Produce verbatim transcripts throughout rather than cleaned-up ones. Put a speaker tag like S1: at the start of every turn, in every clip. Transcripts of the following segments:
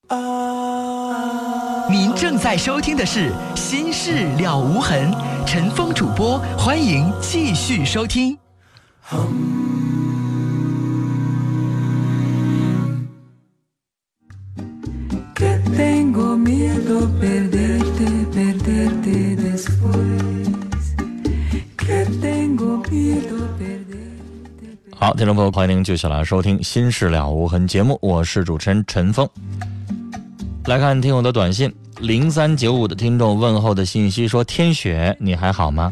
S1: 您正在收听的是《心事了无痕》，陈峰主播，欢迎继续收听。
S2: 好，听众朋友，欢迎您继续来收听《心事了无痕》节目，我是主持人陈峰。来看听友的短信，零三九五的听众问候的信息说：天雪，你还好吗？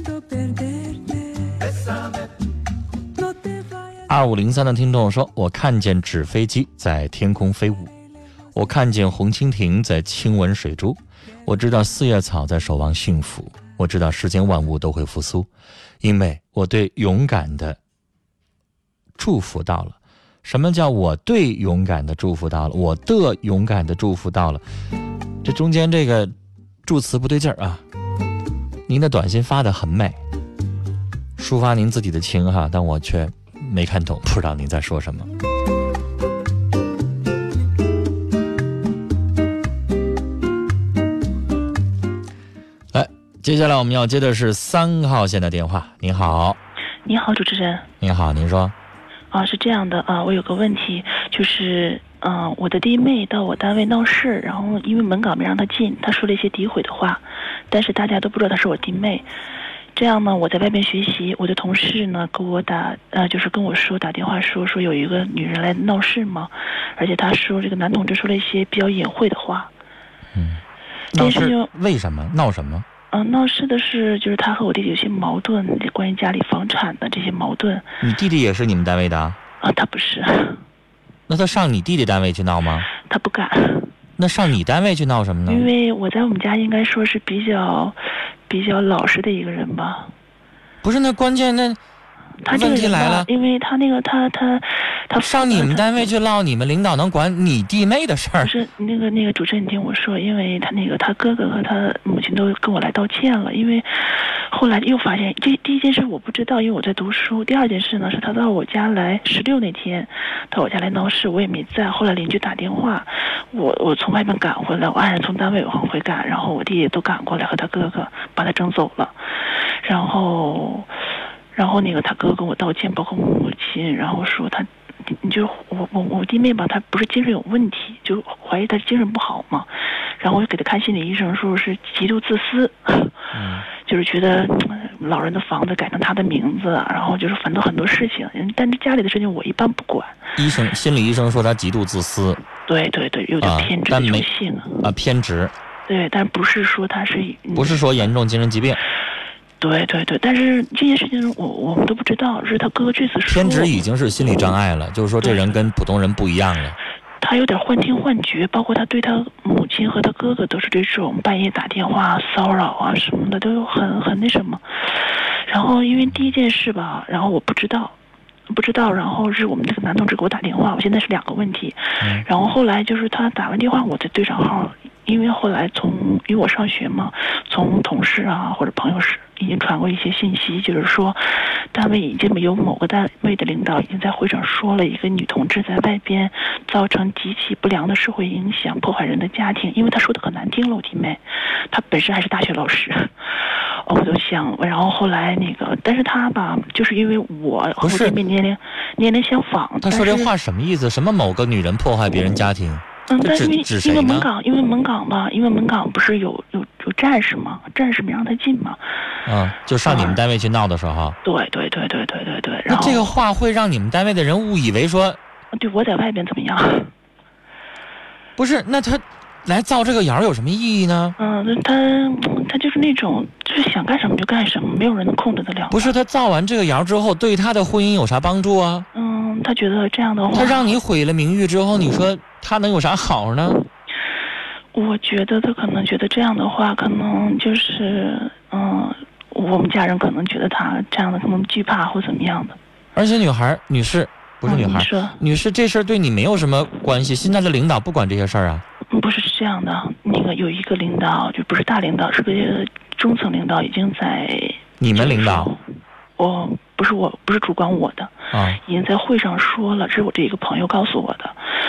S2: 二五零三的听众说：我看见纸飞机在天空飞舞，我看见红蜻蜓在亲吻水珠，我知道四叶草在守望幸福，我知道世间万物都会复苏，因为我对勇敢的祝福到了。什么叫我对勇敢的祝福到了？我的勇敢的祝福到了，这中间这个助词不对劲儿啊。您的短信发得很美，抒发您自己的情哈，但我却没看懂，不知道您在说什么。来，接下来我们要接的是三号线的电话。您好。
S3: 你好，主持人。
S2: 您好，您说。
S3: 啊，是这样的啊，我有个问题，就是，嗯、呃，我的弟妹到我单位闹事，然后因为门岗没让她进，她说了一些诋毁的话，但是大家都不知道她是我弟妹。这样呢，我在外边学习，我的同事呢给我打，呃，就是跟我说打电话说说有一个女人来闹事嘛，而且他说这个男同志说了一些比较隐晦的话。
S2: 嗯，闹事为什么？闹什么？
S3: 嗯、呃，闹事的是就是他和我弟弟有些矛盾，关于家里房产的这些矛盾。
S2: 你弟弟也是你们单位的啊？
S3: 啊，他不是。
S2: 那他上你弟弟单位去闹吗？
S3: 他不敢。
S2: 那上你单位去闹什么呢？
S3: 因为我在我们家应该说是比较比较老实的一个人吧。
S2: 不是，那关键那
S3: 他这个
S2: 问题来了，
S3: 因为他那个他他他
S2: 上你们单位去闹，你们领导能管你弟妹的事儿？
S3: 不是那个那个主持人，你听我说，因为他那个他哥哥和他母亲都跟我来道歉了，因为后来又发现这第一件事我不知道，因为我在读书。第二件事呢是他到我家来十六那天，到我家来闹事，我也没在。后来邻居打电话，我我从外面赶回来，我按人从单位往回赶，然后我弟也都赶过来和他哥哥把他整走了，然后。然后那个他哥跟我道歉，包括母亲，然后说他，你就我我我弟妹吧，他不是精神有问题，就怀疑他精神不好嘛，然后我就给他看心理医生，说是极度自私，
S2: 嗯，
S3: 就是觉得老人的房子改成他的名字，然后就是反正很多事情，但是家里的事情我一般不管。
S2: 医生心理医生说他极度自私，
S3: 对对对，有点偏执的这种性
S2: 啊，偏执，
S3: 对，但不是说他是
S2: 不是说严重精神疾病。
S3: 对对对，但是这件事情我我们都不知道，是他哥哥这次说。
S2: 偏执已经是心理障碍了，就是说这人跟普通人不一样了。
S3: 他有点幻听幻觉，包括他对他母亲和他哥哥都是这种半夜打电话骚扰啊什么的，都有很很那什么。然后因为第一件事吧，然后我不知道。不知道，然后是我们这个男同志给我打电话，我现在是两个问题，
S2: 嗯、
S3: 然后后来就是他打完电话，我再对上号，因为后来从因为我上学嘛，从同事啊或者朋友是已经传过一些信息，就是说单位已经有某个单位的领导已经在会上说了一个女同志在外边造成极其不良的社会影响，破坏人的家庭，因为他说的很难听了，我弟妹，他本身还是大学老师。我就想，然后后来那个，但是他吧，就是因为我和我弟妹年龄年龄相仿。
S2: 他说这话什么意思？什么某个女人破坏别人家庭？
S3: 嗯，但是因为因为门岗，因为门岗吧，因为门岗不是有有有战士嘛，战士没让他进嘛。
S2: 嗯，就上你们单位去闹的时候。
S3: 对对对对对对对。
S2: 那这个话会让你们单位的人误以为说，
S3: 对我在外边怎么样？
S2: 不是，那他来造这个谣有什么意义呢？
S3: 嗯，他他就是那种就是想干什么就干什么，没有人能控制得了。
S2: 不是，他造完这个谣之后，对他的婚姻有啥帮助啊？
S3: 嗯，他觉得这样的话，
S2: 他让你毁了名誉之后，你说他能有啥好呢？
S3: 我觉得他可能觉得这样的话，可能就是嗯，我们家人可能觉得他这样的可能惧怕或怎么样的。
S2: 而且女孩女士不是女孩、
S3: 嗯、
S2: 女士这事儿对你没有什么关系，现在的领导不管这些事儿啊。
S3: 不是是这样的，那个有一个领导就不是大领导，是个中层领导，已经在
S2: 你们领导，
S3: 我不是我不是主管我的
S2: 啊，
S3: 已经在会上说了，这是我这一个朋友告诉我的。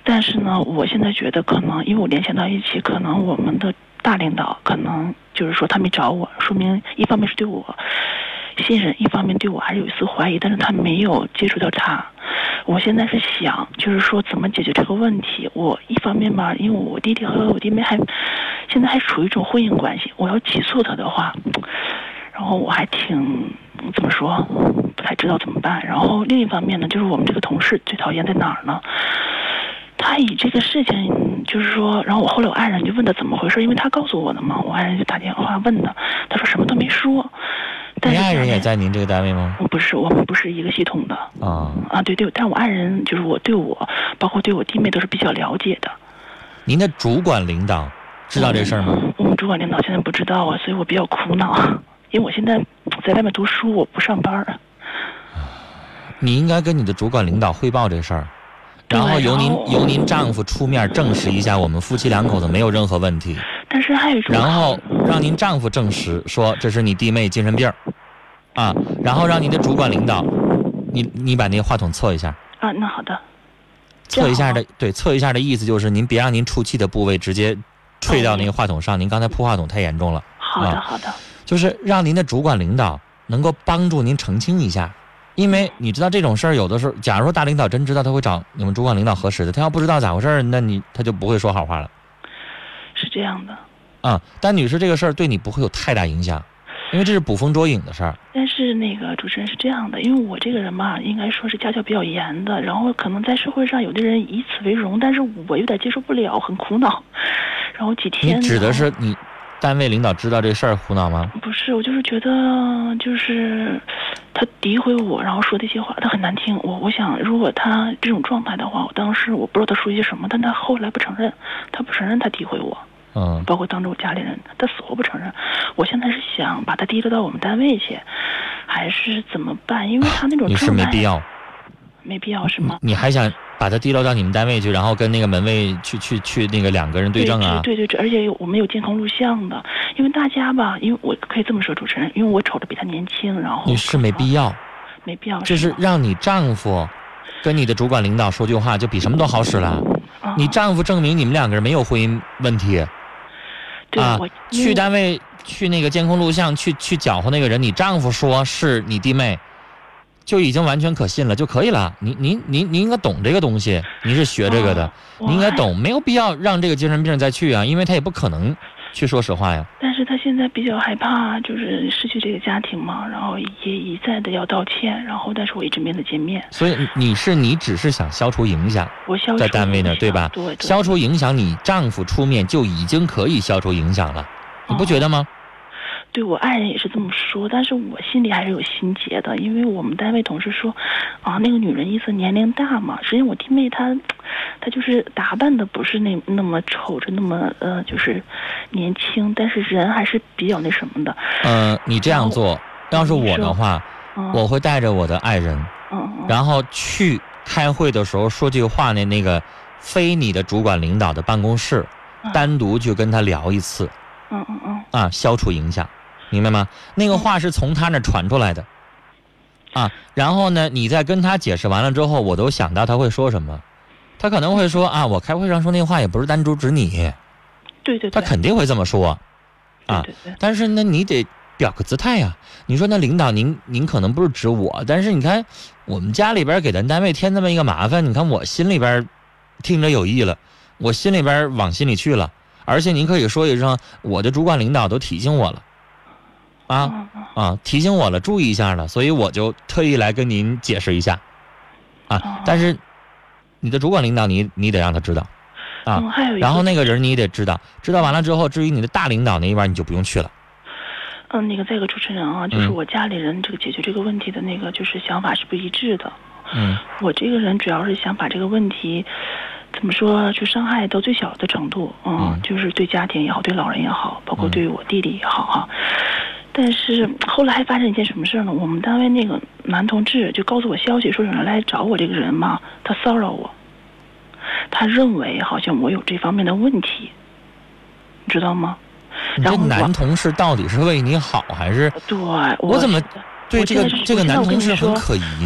S3: 但是呢，我现在觉得可能，因为我联想到一起，可能我们的大领导可能就是说他没找我，说明一方面是对我信任，一方面对我还是有一丝怀疑，但是他没有接触到他。我现在是想，就是说怎么解决这个问题。我一方面吧，因为我弟弟和我弟妹还现在还处于一种婚姻关系，我要起诉他的话，然后我还挺怎么说，不太知道怎么办。然后另一方面呢，就是我们这个同事最讨厌在哪儿呢？他以这个事情，就是说，然后我后来我爱人就问他怎么回事，因为他告诉我的嘛，我爱人就打电话问他，他说什么都没说。但是
S2: 你爱人也在您这个单位吗？
S3: 不是，我们不是一个系统的。
S2: 啊
S3: 啊，对对，但是我爱人就是我对我，包括对我弟妹都是比较了解的。
S2: 您的主管领导知道这事儿吗？
S3: 我们主管领导现在不知道啊，所以我比较苦恼，因为我现在在外面读书，我不上班啊。
S2: 你应该跟你的主管领导汇报这事儿。然后由您由您丈夫出面证实一下，我们夫妻两口子没有任何问题。
S3: 但是还有一种，
S2: 然后让您丈夫证实说这是你弟妹精神病，啊，然后让您的主管领导，你你把那个话筒测一下。
S3: 啊，那好的。
S2: 测一下的对，测一下的意思就是您别让您出气的部位直接吹到那个话筒上，您刚才扑话筒太严重了。
S3: 好的好的。
S2: 就是让您的主管领导能够帮助您澄清一下。因为你知道这种事儿，有的时候，假如说大领导真知道，他会找你们主管领导核实的。他要不知道咋回事儿，那你他就不会说好话了。
S3: 是这样的。
S2: 啊，但女士这个事儿对你不会有太大影响，因为这是捕风捉影的事儿。
S3: 但是那个主持人是这样的，因为我这个人嘛，应该说是家教比较严的，然后可能在社会上有的人以此为荣，但是我有点接受不了，很苦恼。然后几天。
S2: 你指的是你单位领导知道这事儿苦恼吗？
S3: 不是，我就是觉得就是他诋毁我，然后说这些话，他很难听。我我想，如果他这种状态的话，我当时我不知道他说些什么，但他后来不承认，他不承认他诋毁我，
S2: 嗯，
S3: 包括当着我家里人，他死活不承认。我现在是想把他提溜到我们单位去，还是怎么办？因为他那种状态，
S2: 你是没必要，
S3: 没必要是吗？
S2: 你还想把他提溜到你们单位去，然后跟那个门卫去去去那个两个人对证啊？
S3: 对对对，而且我们有监控录像的，因为大家吧，因为我可以这么说，主持人，因为我瞅着比他年轻，然后
S2: 你是没必要，
S3: 没必要，
S2: 就是让你丈夫跟你的主管领导说句话，就比什么都好使了。
S3: 啊、
S2: 你丈夫证明你们两个人没有婚姻问题，
S3: 对
S2: 啊，
S3: 我
S2: 去单位去那个监控录像去去搅和那个人，你丈夫说是你弟妹，就已经完全可信了就可以了。你你你你应该懂这个东西，你是学这个的，你应该懂，没有必要让这个精神病再去啊，因为他也不可能去说实话呀。
S3: 但是他现在比较害怕，就是失去这个家庭嘛，然后也一再的要道歉，然后但是我一直没得见面。
S2: 所以你是你只是想消除影响，
S3: 我消除
S2: 在单位呢，对吧？
S3: 对对。
S2: 消除影响，你丈夫出面就已经可以消除影响了，你不觉得吗？
S3: 哦对，我爱人也是这么说，但是我心里还是有心结的，因为我们单位同事说，啊，那个女人意思年龄大嘛，实际上我弟妹她，她就是打扮的不是那那么瞅着那么呃，就是年轻，但是人还是比较那什么的。
S2: 嗯、呃，你这样做，要是我的话，
S3: 嗯、
S2: 我会带着我的爱人，
S3: 嗯嗯，
S2: 然后去开会的时候说句话呢，那个非你的主管领导的办公室，
S3: 嗯、
S2: 单独去跟他聊一次，
S3: 嗯嗯嗯，
S2: 啊，消除影响。明白吗？那个话是从他那传出来的，啊，然后呢，你在跟他解释完了之后，我都想到他会说什么，他可能会说啊，我开会上说那话也不是单独指你，
S3: 对对对，
S2: 他肯定会这么说，啊，
S3: 对对对，
S2: 但是呢，你得表个姿态呀。你说那领导您您可能不是指我，但是你看我们家里边给咱单位添这么一个麻烦，你看我心里边听着有意了，我心里边往心里去了，而且您可以说一声，我的主管领导都提醒我了。啊啊！提醒我了，注意一下了，所以我就特意来跟您解释一下，啊！但是你的主管领导你你得让他知道，啊，
S3: 嗯、还有
S2: 然后那个人你也得知道，知道完了之后，至于你的大领导那一边你就不用去了。
S3: 嗯，那个再一个主持人啊，就是我家里人这个解决这个问题的那个就是想法是不一致的。
S2: 嗯，
S3: 我这个人主要是想把这个问题怎么说，去伤害到最小的程度，嗯，嗯就是对家庭也好，对老人也好，包括对我弟弟也好哈。嗯但是后来还发生一件什么事呢？我们单位那个男同志就告诉我消息，说有人来找我这个人嘛，他骚扰我，他认为好像我有这方面的问题，你知道吗？
S2: 然后男同事到底是为你好还是？
S3: 对，
S2: 我怎么对这个这个男同事很可疑呢？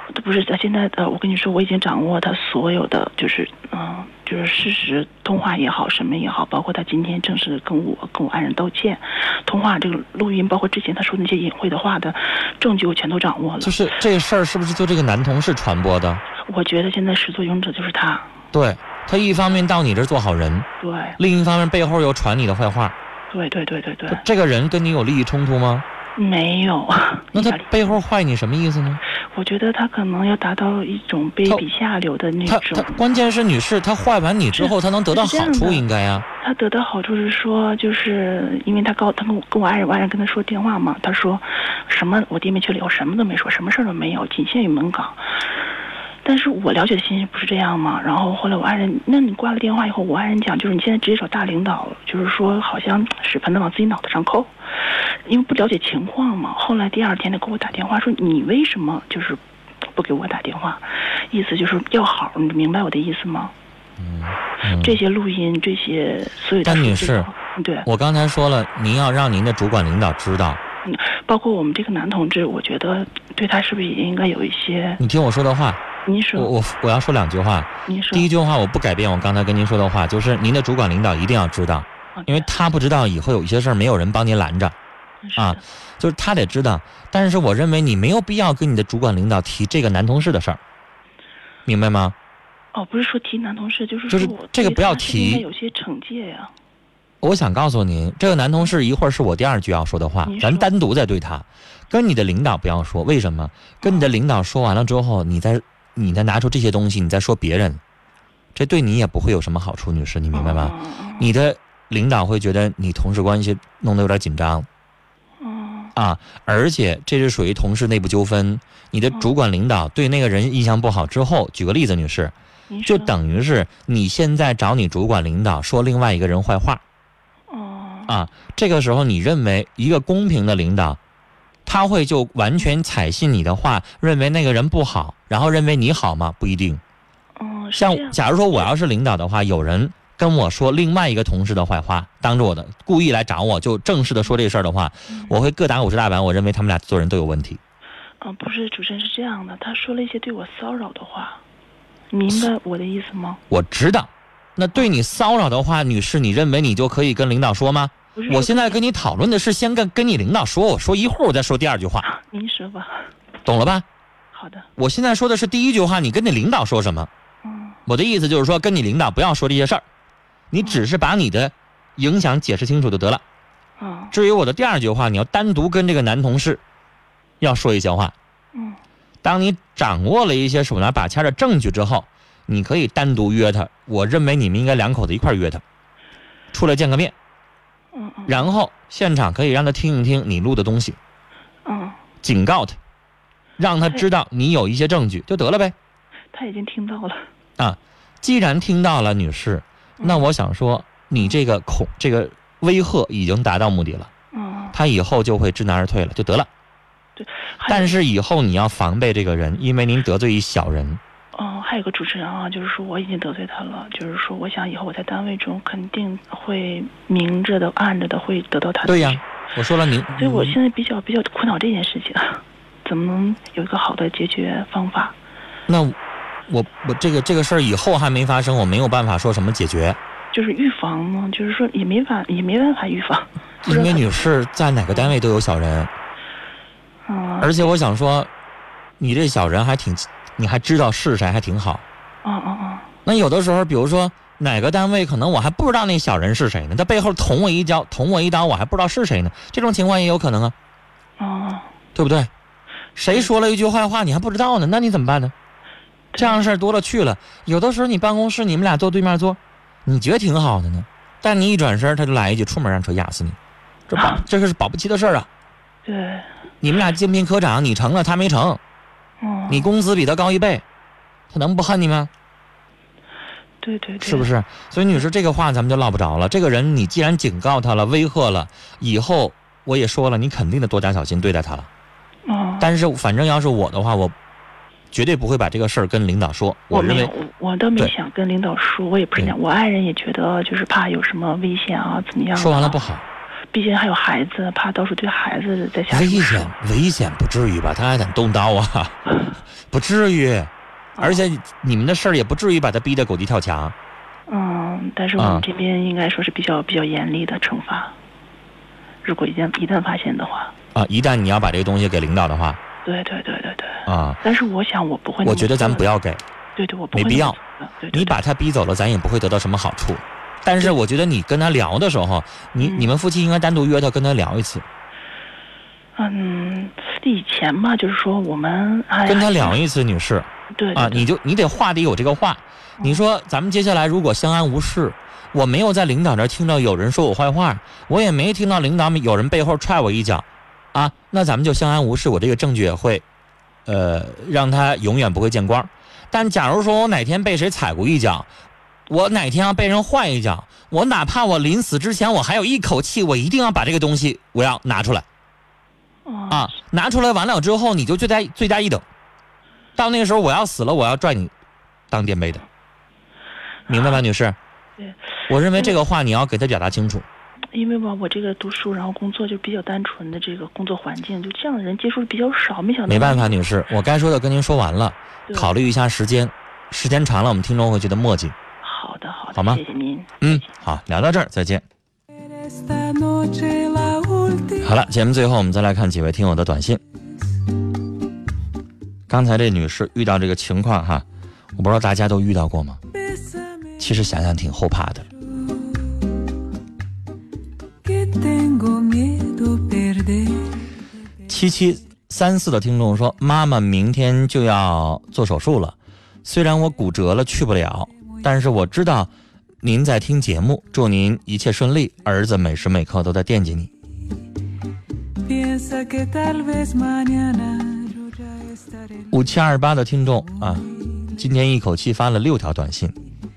S3: 不是，现在呃，我跟你说，我已经掌握他所有的，就是嗯、呃，就是事实通话也好，什么也好，包括他今天正式跟我跟我爱人道歉，通话这个录音，包括之前他说那些隐晦的话的证据，我全都掌握了。
S2: 就是这事儿是不是就这个男同事传播的？
S3: 我觉得现在始作俑者就是他。
S2: 对，他一方面到你这儿做好人，
S3: 对，
S2: 另一方面背后又传你的坏话。
S3: 对对对对对。
S2: 这个人跟你有利益冲突吗？
S3: 没有。
S2: 那他背后坏你什么意思呢？
S3: 我觉得他可能要达到一种卑鄙下流的那种。
S2: 他他关键是女士，他坏完你之后，他能得到好处，应该呀。
S3: 他得到好处是说，就是因为他告他跟我跟我爱人，我爱人跟他说电话嘛，他说什么我爹没去了以后什么都没说，什么事儿都没有，仅限于门岗。但是我了解的信息不是这样嘛，然后后来我爱人，那你挂了电话以后，我爱人讲就是你现在直接找大领导，就是说好像屎盆子往自己脑袋上扣，因为不了解情况嘛。后来第二天他给我打电话说你为什么就是不给我打电话，意思就是要好，你明白我的意思吗？
S2: 嗯，嗯
S3: 这些录音这些所有的。
S2: 但女士，
S3: 对，
S2: 我刚才说了，您要让您的主管领导知道。
S3: 嗯，包括我们这个男同志，我觉得对他是不是也应该有一些？
S2: 你听我说的话。
S3: 您说。
S2: 我我我要说两句话。
S3: 您说。
S2: 第一句话我不改变我刚才跟您说的话，就是您的主管领导一定要知道，因为他不知道以后有一些事儿没有人帮您拦着，啊，就是他得知道。但是我认为你没有必要跟你的主管领导提这个男同事的事儿，明白吗？
S3: 哦，不是说提男同事，就是
S2: 就是这个不要提，
S3: 应该有些惩戒呀。
S2: 我想告诉您，这个男同事一会儿是我第二句要说的话，咱单独再对他，跟你的领导不要说。为什么？跟你的领导说完了之后，你再你再拿出这些东西，你再说别人，这对你也不会有什么好处，女士，你明白吗？
S3: 嗯、
S2: 你的领导会觉得你同事关系弄得有点紧张，
S3: 嗯、
S2: 啊，而且这是属于同事内部纠纷，你的主管领导对那个人印象不好之后，举个例子，女士，就等于是你现在找你主管领导说另外一个人坏话。啊，这个时候你认为一个公平的领导，他会就完全采信你的话，认为那个人不好，然后认为你好吗？不一定。
S3: 嗯，
S2: 像假如说我要是领导的话，有人跟我说另外一个同事的坏话，当着我的故意来找我，就正式的说这事儿的话，
S3: 嗯、
S2: 我会各打五十大板。我认为他们俩做人都有问题。
S3: 嗯，不是，主持人是这样的，他说了一些对我骚扰的话，明白我的意思吗？
S2: 我知道。那对你骚扰的话，女士，你认为你就可以跟领导说吗？我现在跟你讨论的是先跟跟你领导说，我说一会儿我再说第二句话。
S3: 啊、您说吧。
S2: 懂了吧？
S3: 好的。
S2: 我现在说的是第一句话，你跟你领导说什么？
S3: 嗯。
S2: 我的意思就是说，跟你领导不要说这些事儿，你只是把你的影响解释清楚就得了。
S3: 嗯。
S2: 至于我的第二句话，你要单独跟这个男同事要说一些话。
S3: 嗯。
S2: 当你掌握了一些手拿把掐的证据之后，你可以单独约他，我认为你们应该两口子一块约他，出来见个面，
S3: 嗯嗯，
S2: 然后现场可以让他听一听你录的东西，
S3: 嗯，
S2: 警告他，让他知道你有一些证据就得了呗。
S3: 他已经听到了。
S2: 啊，既然听到了，女士，那我想说，你这个恐这个威吓已经达到目的了，
S3: 嗯，
S2: 他以后就会知难而退了，就得了。
S3: 对，
S2: 但是以后你要防备这个人，因为您得罪一小人。
S3: 嗯，还有个主持人啊，就是说我已经得罪他了，就是说我想以后我在单位中肯定会明着的、暗着的会得到他的。
S2: 对呀，我说了您。
S3: 所以我现在比较比较苦恼这件事情，怎么能有一个好的解决方法？
S2: 那我我这个这个事儿以后还没发生，我没有办法说什么解决。
S3: 就是预防呢，就是说也没法也没办法预防。
S2: 因为女士在哪个单位都有小人。
S3: 嗯。
S2: 而且我想说，你这小人还挺。你还知道是谁，还挺好。
S3: 哦哦哦。
S2: 那有的时候，比如说哪个单位，可能我还不知道那小人是谁呢，他背后捅我一脚，捅我一刀，我还不知道是谁呢。这种情况也有可能啊。
S3: 哦。
S2: 对不对？谁说了一句坏话，你还不知道呢，那你怎么办呢？这样的事儿多了去了。有的时候你办公室你们俩坐对面坐，你觉得挺好的呢，但你一转身，他就来一句出门让车压死你，这保这个是保不齐的事儿啊。
S3: 对。
S2: 你们俩竞聘科长，你成了，他没成。
S3: 哦，
S2: 你工资比他高一倍，他能不恨你吗？
S3: 对对对，
S2: 是不是？所以女士，这个话咱们就落不着了。这个人你既然警告他了，威吓了，以后我也说了，你肯定得多加小心对待他了。
S3: 哦。
S2: 但是反正要是我的话，我绝对不会把这个事儿跟领导说。我认为
S3: 我倒没想跟领导说，我也不是想，我爱人也觉得就是怕有什么危险啊，怎么样？
S2: 说完了不好。
S3: 毕竟还有孩子，怕到时候对孩子在下手。
S2: 危险危险不至于吧？他还敢动刀啊？ 不至于，而且你们的事儿也不至于把他逼得狗急跳墙。
S3: 嗯，但是我们这边应该说是比较、啊、比较严厉的惩罚。如果一旦一旦发现的话，
S2: 啊，一旦你要把这个东西给领导的话，
S3: 对对对对对，
S2: 啊，
S3: 但是我想我不会，
S2: 我觉得咱们不要给，
S3: 对对，我不会
S2: 没必要，
S3: 对对对，
S2: 你把他逼走了，咱也不会得到什么好处。但是我觉得你跟他聊的时候，你、嗯、你们夫妻应该单独约他跟他聊一次。
S3: 嗯，以前嘛，就是说我们哎
S2: 跟他聊一次，女士，
S3: 对, 对, 对
S2: 啊，你就你得话得有这个话。你说咱们接下来如果相安无事，我没有在领导这儿听到有人说我坏话，我也没听到领导有人背后踹我一脚，啊，那咱们就相安无事，我这个证据也会，呃，让他永远不会见光。但假如说我哪天被谁踩过一脚，我哪天要被人坏一脚，我哪怕我临死之前我还有一口气，我一定要把这个东西我要拿出来，啊，拿出来完了之后你就罪加罪加一等，到那个时候我要死了，我要拽你当垫背的，明白吧，女士？
S3: 对，
S2: 我认为这个话你要给他表达清楚。
S3: 因为吧，我这个读书然后工作就比较单纯的这个工作环境，就这样的人接触的比较少，没想到。
S2: 没办法，女士，我该说的跟您说完了，考虑一下时间，时间长了我们听众会觉得磨叽。
S3: 好的，好的，
S2: 好吗？
S3: 谢谢您。
S2: 嗯，好，聊到这儿，再见。好了，节目最后我们再来看几位听友的短信。刚才这女士遇到这个情况哈，我不知道大家都遇到过吗？其实想想挺后怕的。七七三四的听众说，妈妈明天就要做手术了，虽然我骨折了去不了，但是我知道您在听节目，祝您一切顺利，儿子每时每刻都在惦记你。五七二八的听众啊，今天一口气发了六条短信。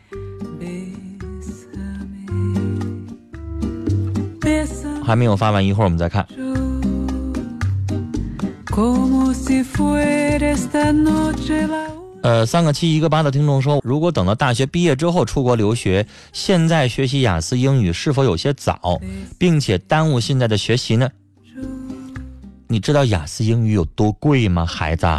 S2: 还没有发完，一会儿我们再看。呃，三个七一个八的听众说，如果等到大学毕业之后出国留学，现在学习雅思英语是否有些早，并且耽误现在的学习呢？你知道雅思英语有多贵吗，孩子？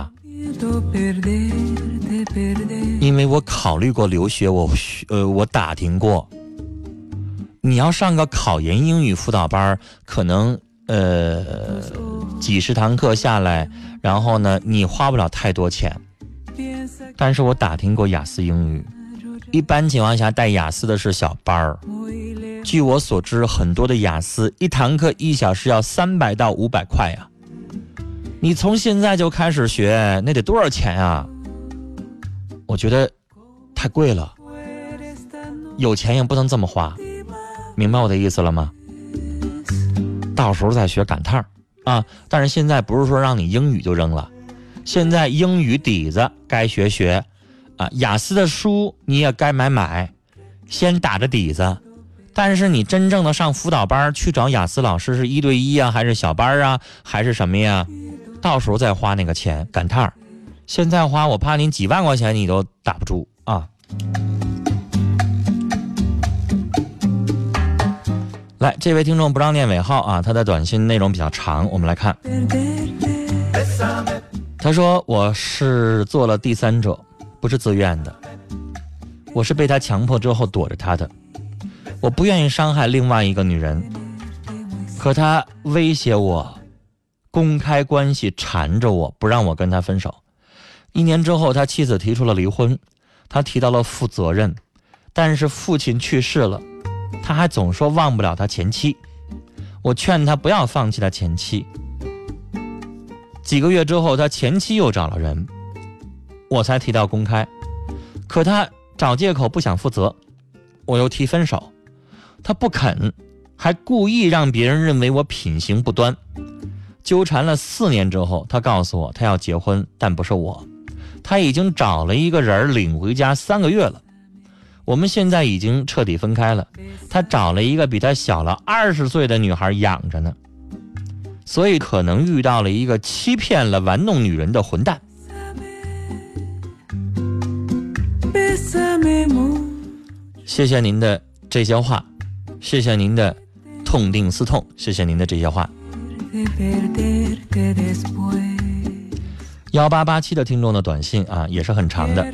S2: 因为我考虑过留学，我呃我打听过，你要上个考研英语辅导班，可能呃几十堂课下来，然后呢你花不了太多钱。但是我打听过雅思英语，一般情况下带雅思的是小班儿。据我所知，很多的雅思一堂课一小时要三百到五百块呀。你从现在就开始学，那得多少钱啊？我觉得太贵了，有钱也不能这么花，明白我的意思了吗？到时候再学赶趟啊！但是现在不是说让你英语就扔了，现在英语底子该学学啊，雅思的书你也该买买，先打着底子。但是你真正的上辅导班去找雅思老师，是一对一啊，还是小班啊，还是什么呀？到时候再花那个钱赶趟，现在花我怕您几万块钱你都打不住啊！来，这位听众不让念尾号啊，他的短信内容比较长，我们来看。他说，我是做了第三者，不是自愿的，我是被他强迫之后躲着他的，我不愿意伤害另外一个女人，可他威胁我，公开关系缠着我，不让我跟他分手。一年之后他妻子提出了离婚，他提到了负责任，但是父亲去世了，他还总说忘不了他前妻，我劝他不要放弃他前妻。几个月之后他前妻又找了人，我才提到公开，可他找借口不想负责，我又提分手，他不肯，还故意让别人认为我品行不端。纠缠了四年之后，他告诉我他要结婚，但不是我，他已经找了一个人领回家三个月了，我们现在已经彻底分开了，他找了一个比他小了二十岁的女孩养着呢，所以可能遇到了一个欺骗了玩弄女人的混蛋。谢谢您的这些话，谢谢您的痛定思痛，谢谢您的这些话。 幺八八七的听众的短信啊，也是很长的。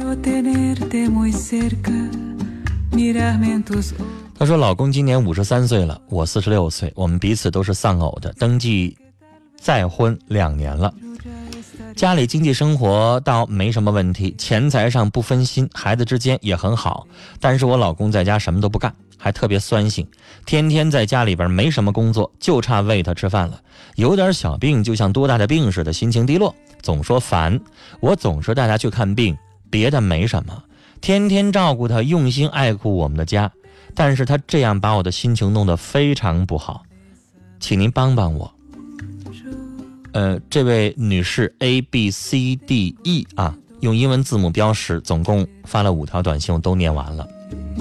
S2: 他说：“老公今年五十三岁了，我四十六岁，我们彼此都是丧偶的，登记再婚两年了。家里经济生活倒没什么问题，钱财上不分心，孩子之间也很好。但是我老公在家什么都不干，还特别酸性，天天在家里边没什么工作，就差喂他吃饭了。有点小病就像多大的病似的，心情低落，总说烦。我总是带他去看病，别的没什么，天天照顾他，用心爱护我们的家。但是他这样把我的心情弄得非常不好，请您帮帮我。”呃，这位女士 A B C D E 啊，用英文字母标识，总共发了五条短信，我都念完了。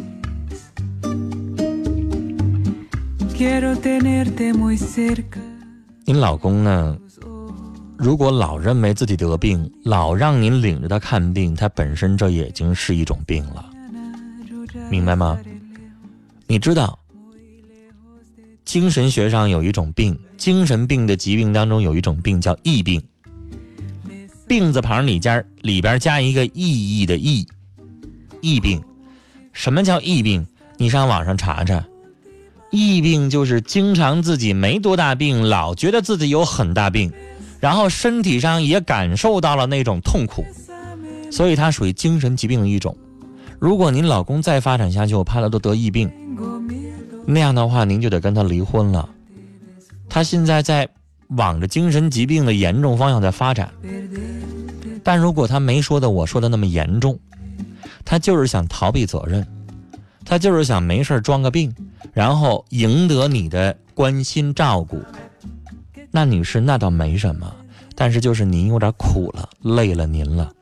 S2: 您老公呢，如果老认为自己得病，老让您领着他看病，他本身这也已经是一种病了，明白吗？你知道精神学上有一种病，精神病的疾病当中有一种病叫疫病，病字旁里加里边加一个意义的意，疫病。什么叫疫病？你上网上查查，疫病就是经常自己没多大病，老觉得自己有很大病，然后身体上也感受到了那种痛苦，所以它属于精神疾病的一种。如果您老公再发展下去，我怕他都得疫病，那样的话您就得跟他离婚了。他现在在往着精神疾病的严重方向在发展，但如果他没说的我说的那么严重，他就是想逃避责任，他就是想没事装个病，然后赢得你的关心照顾，那女士那倒没什么，但是就是您有点苦了，累了您了。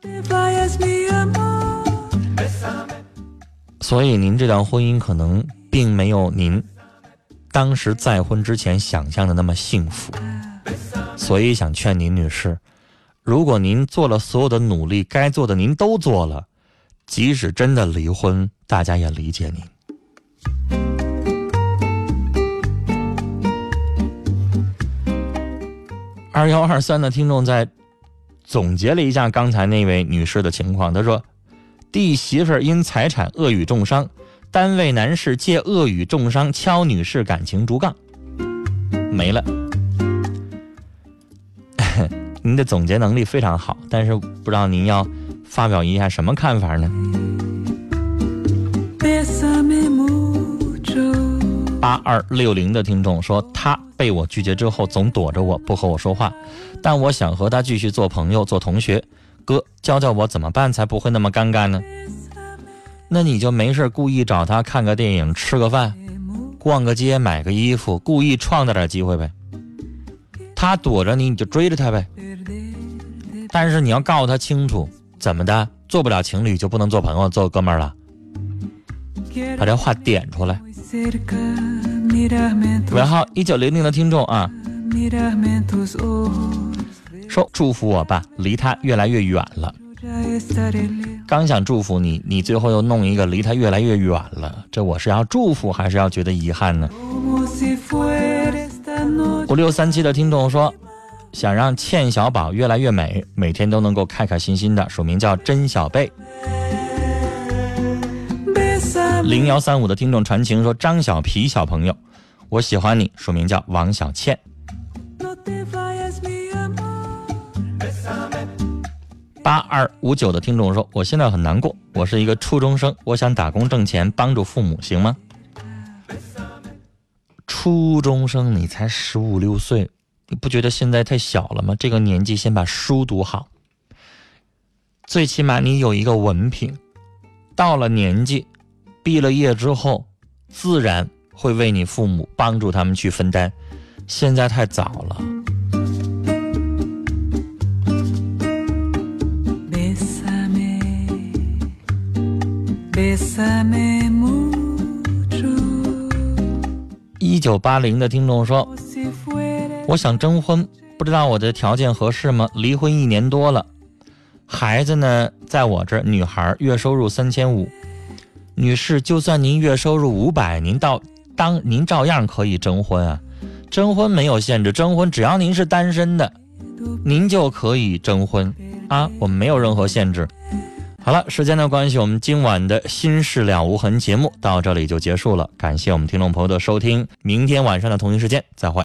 S2: 所以您这段婚姻可能并没有您当时再婚之前想象的那么幸福，所以想劝您女士，如果您做了所有的努力，该做的您都做了，即使真的离婚，大家也理解您。二幺二三的听众在总结了一下刚才那位女士的情况，她说弟媳妇因财产恶语重伤，单位男士借恶语重伤敲女士感情竹杠，没了。您的总结能力非常好，但是不知道您要发表一下什么看法呢？八二六零的听众说，他被我拒绝之后总躲着我，不和我说话，但我想和他继续做朋友做同学，哥教教我怎么办才不会那么尴尬呢？那你就没事故意找他看个电影，吃个饭，逛个街，买个衣服，故意创造点机会呗。他躲着你，你就追着他呗。但是你要告诉他清楚，怎么的，做不了情侣就不能做朋友做哥们儿了，把这话点出来。尾号一九零零的听众啊，说祝福我吧，离他越来越远了。刚想祝福你，你最后又弄一个离他越来越远了，这我是要祝福还是要觉得遗憾呢？五六三七的听众说，想让倩小宝越来越美，每天都能够开开心心的，署名叫甄小贝。零幺三五的听众传情说，张小皮小朋友，我喜欢你，署名叫王小倩。八二五九的听众说，我现在很难过，我是一个初中生，我想打工挣钱帮助父母，行吗？初中生你才十五六岁，你不觉得现在太小了吗？这个年纪先把书读好，最起码你有一个文凭，到了年纪毕了业之后，自然会为你父母帮助他们去分担，现在太早了。一九八零的听众说，我想征婚，不知道我的条件合适吗？离婚一年多了，孩子呢在我这儿，女孩月收入三千五。女士，就算您月收入五百，您到当您照样可以征婚啊，征婚没有限制，征婚只要您是单身的，您就可以征婚啊，我们没有任何限制。好了，时间的关系，我们今晚的心事了无痕节目到这里就结束了，感谢我们听众朋友的收听，明天晚上的同一时间再会。